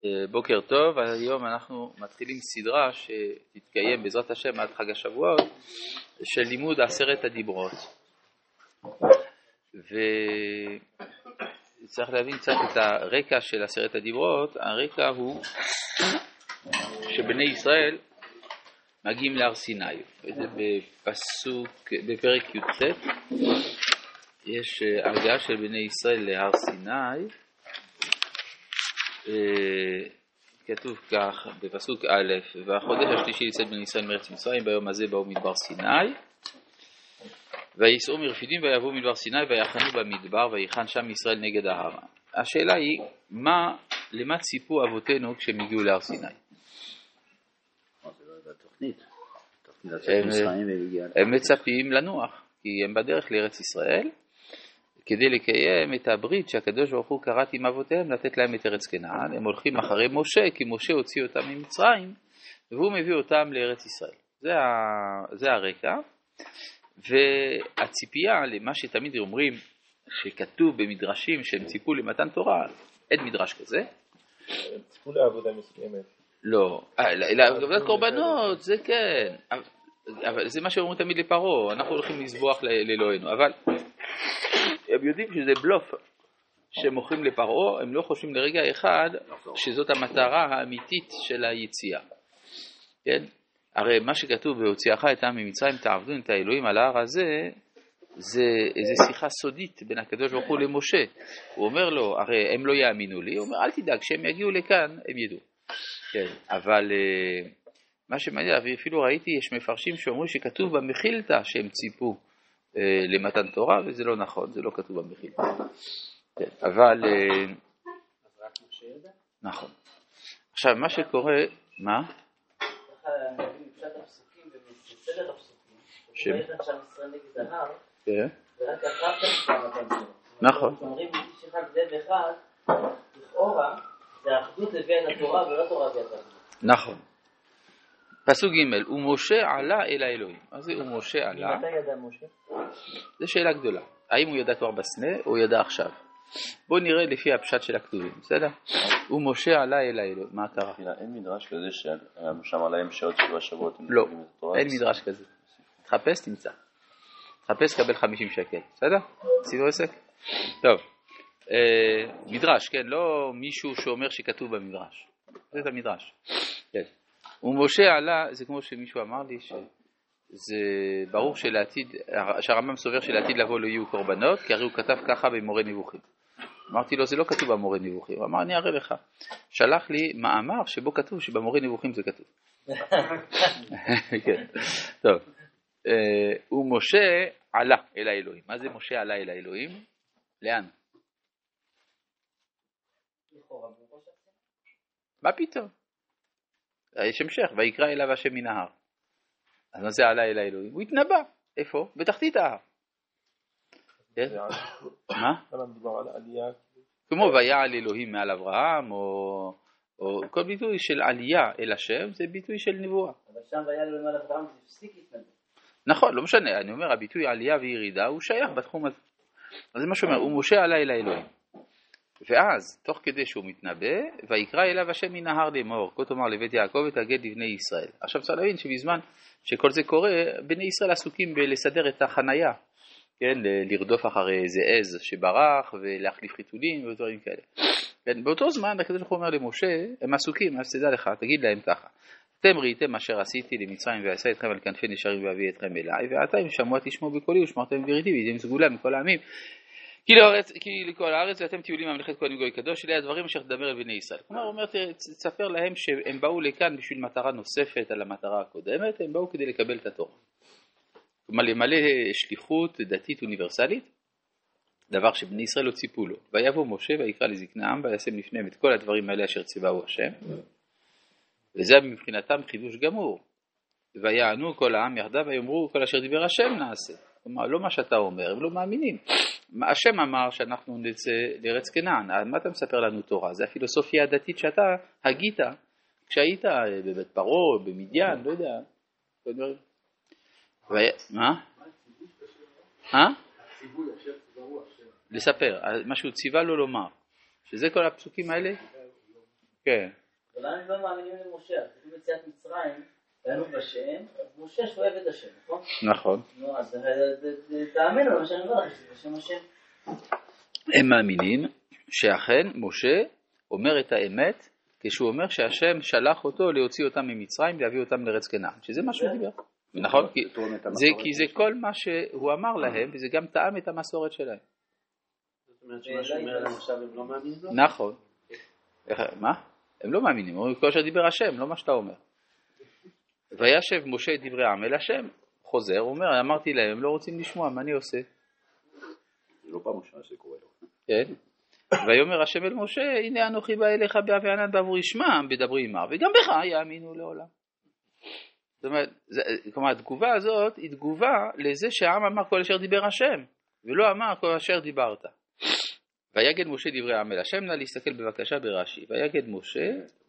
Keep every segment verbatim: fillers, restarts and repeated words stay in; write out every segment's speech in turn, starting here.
בוקר טוב, היום אנחנו מתחילים סדרה שתתקיים בעזרת השם עד חג השבועות של לימוד עשרת הדיברות. וצריך להבין קצת את הרקע של עשרת הדיברות. הרקע הוא שבני ישראל מגיעים להר סיני. זה בפסוק, בפרק י"ט, יש הגעה של בני ישראל להר סיני. כתוב כך בפסוק א', והחודש השלישי יצא בני ישראל מארץ מצרים, ביום הזה באו מדבר סיני, וייסעו מרפידים ויבואו מדבר סיני ויחנו במדבר ויחן שם ישראל נגד ההר. השאלה היא, מה, למה ציפו אבותינו כשהם הגיעו להר סיני? הם מצפים לנוח, כי הם בדרך לארץ ישראל, כדי לקיים את הברית שהקדוש ברוך הוא קראת עם אבותיהם, לתת להם את ארץ כנען. הם הולכים אחרי משה, כי משה הוציא אותם ממצרים, והוא מביא אותם לארץ ישראל. זה, ה... זה הרקע. והציפייה למה שתמיד אומרים, שכתוב במדרשים שהם ציפו למתן תורה, אין מדרש כזה. הם ציפו לעבודה מסוימת. לא, לעבודת קורבנות, זה כן. אבל זה מה שאומרים תמיד לפרעה, אנחנו הולכים לסבוח לאלוהינו, אבל הם יודעים שזה בלוף שהם מוכרים לפרעה, הם לא חושבים לרגע אחד שזאת המטרה האמיתית של היציאה. כן? הרי מה שכתוב בהוציאך את העם ממצרים תעבדו את האלוהים על ההר הזה, זה איזו שיחה סודית בין הקדוש ברוך הוא למשה. הוא אומר לו, הרי הם לא יאמינו לי, הוא אומר אל תדאג, כשהם יגיעו לכאן הם ידעו. כן, אבל מה שמעניין, אפילו ראיתי, יש מפרשים שאומרים שכתוב במחילתא שהם ציפו למתן תורה, וזה לא נכון, זה לא כתוב במחילתא. כן, אבל אז רק משה ידע? נכון. עכשיו מה שקורה, מה? ככה נבין פשט הפסוקים ובסדר הפסוקים, ובאמת שם ישראל נגד ההר, ורק אחר כך מתן תורה. נכון. אומרים איש אחד לב אחד, לכאורה זה האחדות לבין התורה ולא תורה ויתר. נכון. פסוק ג' ומשה עלה אל האלוהים. אז זה ומשה עלה. מתי ידע משה? זו שאלה גדולה. האם הוא ידע כבר בסנה או ידע עכשיו? בואו נראה לפי הפשט של הכתובים, בסדר? ומשה עלה אל האלוהים. מה קרה? אין מדרש כזה שם עליהם שעות שבוע שבועות? לא, אין מדרש כזה. תחפש, תמצא. תחפש, קבל חמישים שקל. בסדר? עשינו עסק? טוב. מדרש, כן? לא מישהו שאומר שכתוב במדרש. זה את המדרש. כן. ומשה עלה, זה כמו שמישהו אמר לי, שזה ברור שלעתיד, שהרמב"ם סובר שלעתיד לבוא לא יהיו קורבנות, כי הרי הוא כתב ככה במורה נבוכים. אמרתי לו, זה לא כתוב במורה נבוכים. הוא אמר, אני אראה לך. שלח לי מאמר שבו כתוב שבמורה נבוכים זה כתוב. כן. טוב. ומשה עלה אל האלוהים. מה זה משה עלה אל האלוהים? לאן? מה פתאום? יש המשך, ויקרא אליו השם מן ההר. אז מה זה עלה אל האלוהים? הוא התנבא. איפה? בתחתית ההר. מה? כמו ויעל אלוהים מעל אברהם, או כל ביטוי של עלייה אל השם, זה ביטוי של נבואה. אבל שם ויעל אלוהים מעל אברהם זה הפסיק להתנבא. נכון, לא משנה. אני אומר, הביטוי עלייה וירידה הוא שייך בתחום הזה. אז זה מה שאומר, הוא משה עלה אל האלוהים. ואז, תוך כדי שהוא מתנבא, ויקרא אליו השם מן ההר לאמור, כה תאמר לבית יעקב ותגד לבני ישראל. עכשיו צריך להבין שבזמן שכל זה קורה, בני ישראל עסוקים בלסדר את החנייה, כן, לרדוף אחרי איזה עז שברח ולהחליף חיתולים ודברים כאלה. כן, באותו זמן, הקדוש ברוך הוא אומר למשה, הם עסוקים, אז תדע לך, תגיד להם ככה, אתם ראיתם אשר עשיתי למצרים ועשה אתכם על כנפי נשרים ואביא אתכם אליי, ואתה אם שמוע תשמעו בקולי ושמרתם בריתי וידם סגולה מכל העמים. כי, לארץ, כי לכל הארץ ואתם תהיו ממלכת כהנים גוי קדוש, אלה הדברים אשר תדבר אל בני ישראל. כלומר, הוא אומר, תספר להם שהם באו לכאן בשביל מטרה נוספת על המטרה הקודמת, הם באו כדי לקבל את התורה. כלומר, למלא שליחות דתית אוניברסלית, דבר שבני ישראל לא ציפו לו. ויבוא משה ויקרא לזקני העם וישם לפניהם את כל הדברים האלה אשר ציווהו השם, וזה מבחינתם חידוש גמור. ויענו כל העם יחדיו ויאמרו כל אשר דיבר השם נעשה. כלומר, לא מה שאתה אומר, הם לא מאמינים. השם אמר שאנחנו נצא לארץ כנען, מה אתה מספר לנו תורה? זה הפילוסופיה הדתית שאתה הגית כשהיית בבית פרעה, במדיין, לא יודע. מה? מה? לספר, מה שהוא ציווה לו לומר, שזה כל הפסוקים האלה? כן. אבל הם לא מאמינים למשה, אז כתוב ביציאת מצרים, היינו בשם, אז משה שהוא עבד השם, נכון? נכון. נו, אז תאמינו למה שאני אומר לך, שזה בשם השם. הם מאמינים שאכן משה אומר את האמת, כשהוא אומר שהשם שלח אותו להוציא אותם ממצרים, להביא אותם לארץ כנען, שזה מה שהוא דיבר. נכון? כי זה כל מה שהוא אמר להם, וזה גם טעם את המסורת שלהם. זאת אומרת שמה שאומר להם עכשיו הם לא מאמינים לו? נכון. מה? הם לא מאמינים, אומרים כל שדיבר השם, לא מה שאתה אומר. וישב משה דברי העם אל השם, חוזר, הוא אומר, אמרתי להם, הם לא רוצים לשמוע, מה אני עושה? זה לא פעם ראשונה שקורה לו. כן. ויאמר השם אל משה, הנה אנוכי בא אליך באבי ענן בעבור ישמעם, בדברי עמם, וגם בך יאמינו לעולם. זאת אומרת, כלומר, התגובה הזאת היא תגובה לזה שהעם אמר כל אשר דיבר השם, ולא אמר כל אשר דיברת. ויגד משה דברי העם אל השם, נא להסתכל בבקשה ברש"י. ויגד משה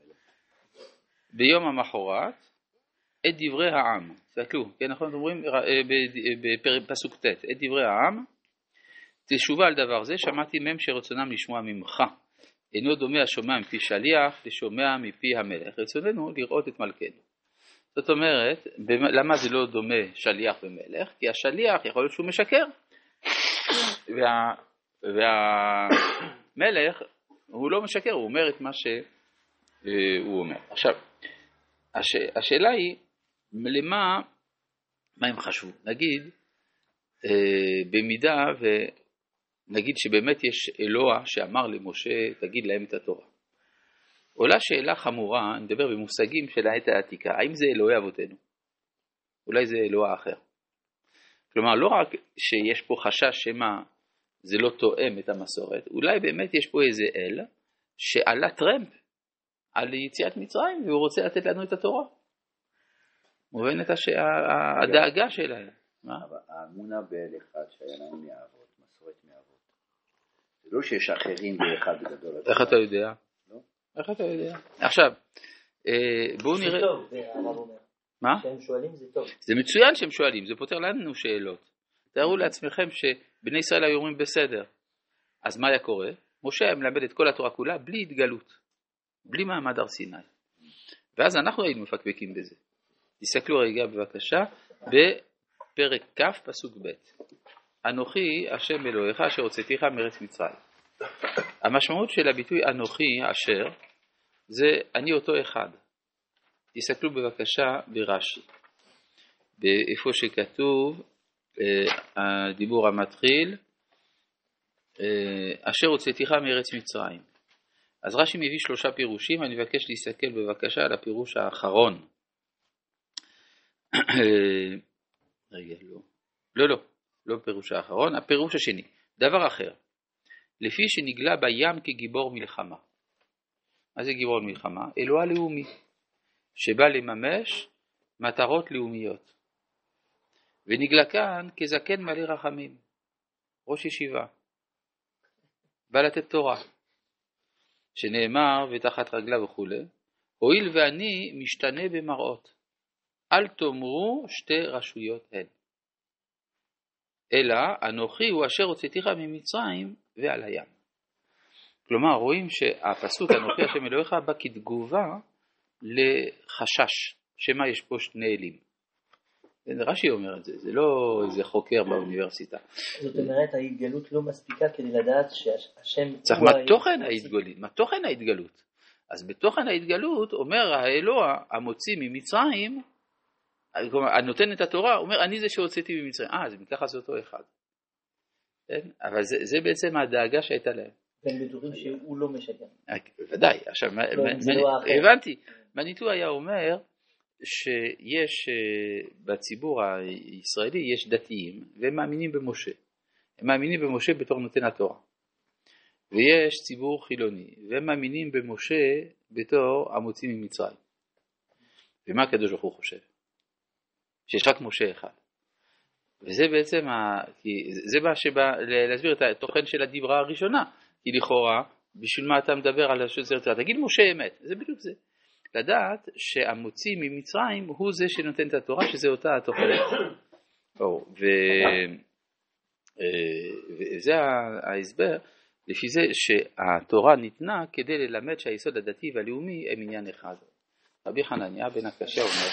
ביום המחרת את דברי העם. תסתכלו, כן, נכון, אומרים בפסוק ט', את דברי העם, תשובה על דבר זה, שמעתי מהם שרצונם לשמוע ממך. אינו דומה השומע מפי שליח לשומע מפי המלך. רצוננו לראות את מלכנו. זאת אומרת, למה זה לא דומה שליח ומלך? כי השליח יכול להיות שהוא משקר. וה, והמלך הוא לא משקר, הוא אומר את מה שהוא אומר. עכשיו, הש, השאלה היא, למה מה הם חשבו? נגיד, במידה ונגיד שבאמת יש אלוה שאמר למשה, תגיד להם את התורה. עולה שאלה חמורה, אני מדבר במושגים של העת העתיקה, האם זה אלוהי אבותינו? אולי זה אלוה אחר. כלומר, לא רק שיש פה חשש שמה זה לא תואם את המסורת, אולי באמת יש פה איזה אל שעלה טרמפ על יציאת מצרים והוא רוצה לתת לנו את התורה. מובנת הדאגה שלהם. אבל האמונה באל אחד שהיה לנו מאבות, מסורת מאבות. זה לא שיש אחרים באחד גדול. איך אתה יודע? איך אתה יודע? עכשיו, בואו נראה. זה טוב, זה הרב אומר. מה? שהם שואלים זה טוב. זה מצוין שהם שואלים, זה פותר לנו שאלות. תארו לעצמכם שבני ישראל היו אומרים בסדר. אז מה היה קורה? משה היה מלמד את כל התורה כולה בלי התגלות, בלי מעמד הר סיני. ואז אנחנו היינו מפקפקים בזה. תסתכלו רגע בבקשה בפרק כ' פסוק ב'. אנוכי השם אלוהיך אשר הוצאתיך מארץ מצרים. המשמעות של הביטוי אנוכי אשר זה אני אותו אחד. תסתכלו בבקשה ברש"י. באיפה שכתוב הדיבור המתחיל אשר הוצאתיך מארץ מצרים. אז רש"י מביא שלושה פירושים, אני מבקש להסתכל בבקשה על הפירוש האחרון. רגע, לא. לא, לא. לא פירוש האחרון, הפירוש השני. דבר אחר. לפי שנגלה בים כגיבור מלחמה. מה זה גיבור מלחמה? אלוה לאומי. שבא לממש מטרות לאומיות. ונגלה כאן כזקן מלא רחמים. ראש ישיבה. בא לתת תורה. שנאמר ותחת רגלה וכו'. הואיל ואני משתנה במראות. אל תאמרו שתי רשויות הן. אלא אנוכי הוא אשר הוצאתיך ממצרים ועל הים. כלומר, רואים שהפסוק אנוכי השם אלוהיך בא כתגובה לחשש, שמה יש פה שני אלים. רש"י אומר את זה, זה לא איזה חוקר באוניברסיטה. זאת אומרת, ההתגלות לא מספיקה כדי לדעת שהשם... צריך מה תוכן ההתגלות, מה תוכן ההתגלות. אז בתוכן ההתגלות אומר האלוה המוציא ממצרים, הנותן את התורה, אומר אני זה שהוצאתי ממצרים. אה, זה מככה זה אותו אחד. כן? אבל זה, זה בעצם הדאגה שהייתה להם. והם בטוחים שהוא לא משקר. ודאי, עכשיו, הבנתי. מניטו היה אומר שיש בציבור הישראלי יש דתיים והם מאמינים במשה. הם מאמינים במשה בתור נותן התורה. ויש ציבור חילוני והם מאמינים במשה בתור המוציא ממצרים. ומה הקדוש ברוך הוא חושב? שיש רק משה אחד. וזה בעצם, ה... זה מה שבא להסביר את התוכן של הדיברה הראשונה. כי לכאורה, בשביל מה אתה מדבר על השזרת? תגיד משה אמת, זה בדיוק זה. לדעת שהמוציא ממצרים הוא זה שנותן את התורה, שזה אותה התוכן. ו... וזה ההסבר לפי זה שהתורה ניתנה כדי ללמד שהיסוד הדתי והלאומי הם עניין אחד. רבי חנניה בן הקשה אומר